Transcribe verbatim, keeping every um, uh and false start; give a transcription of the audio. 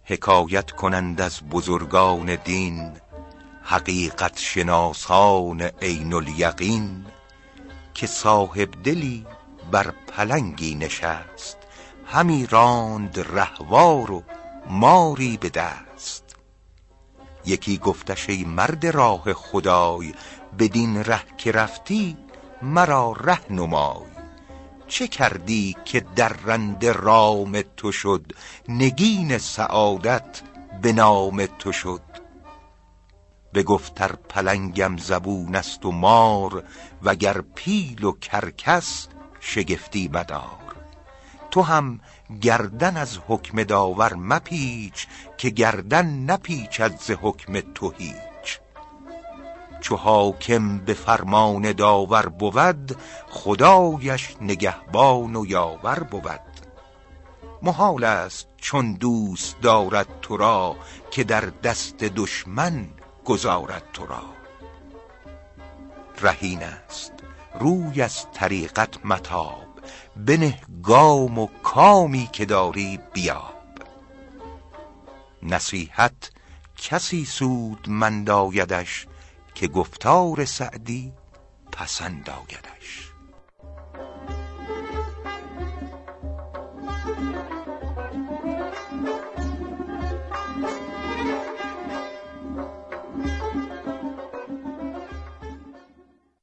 حکایت کنند از بزرگان دین، حقیقت شناسان عین الیقین، که صاحب دلی بر پلنگی نشست، همی راند رهوار و ماری به دست. یکی گفتش ای مرد راه خدای، بدین ره که رفتی مرا ره نمای. چه کردی که درنده رام تو شد، نگین سعادت به نام تو شد. بگفت ار پلنگم زبون است و مار، وگر پیل و کرکس شگفتی مدار. تو هم گردن از حکم داور مپیچ، که گردن نپیچد ز حکم تو هیچ. چو حاکم به فرمان داور بود، خدایش نگهبان و یاور بود. محال است چون دوست دارد تو را، که در دست دشمن گذارد تو را. رهین است روی از طریقت متاب، بنه گام و کامی که داری بیاب. نصیحت کسی سودمند آیدش، که گفتار سعدی پسند آیدش.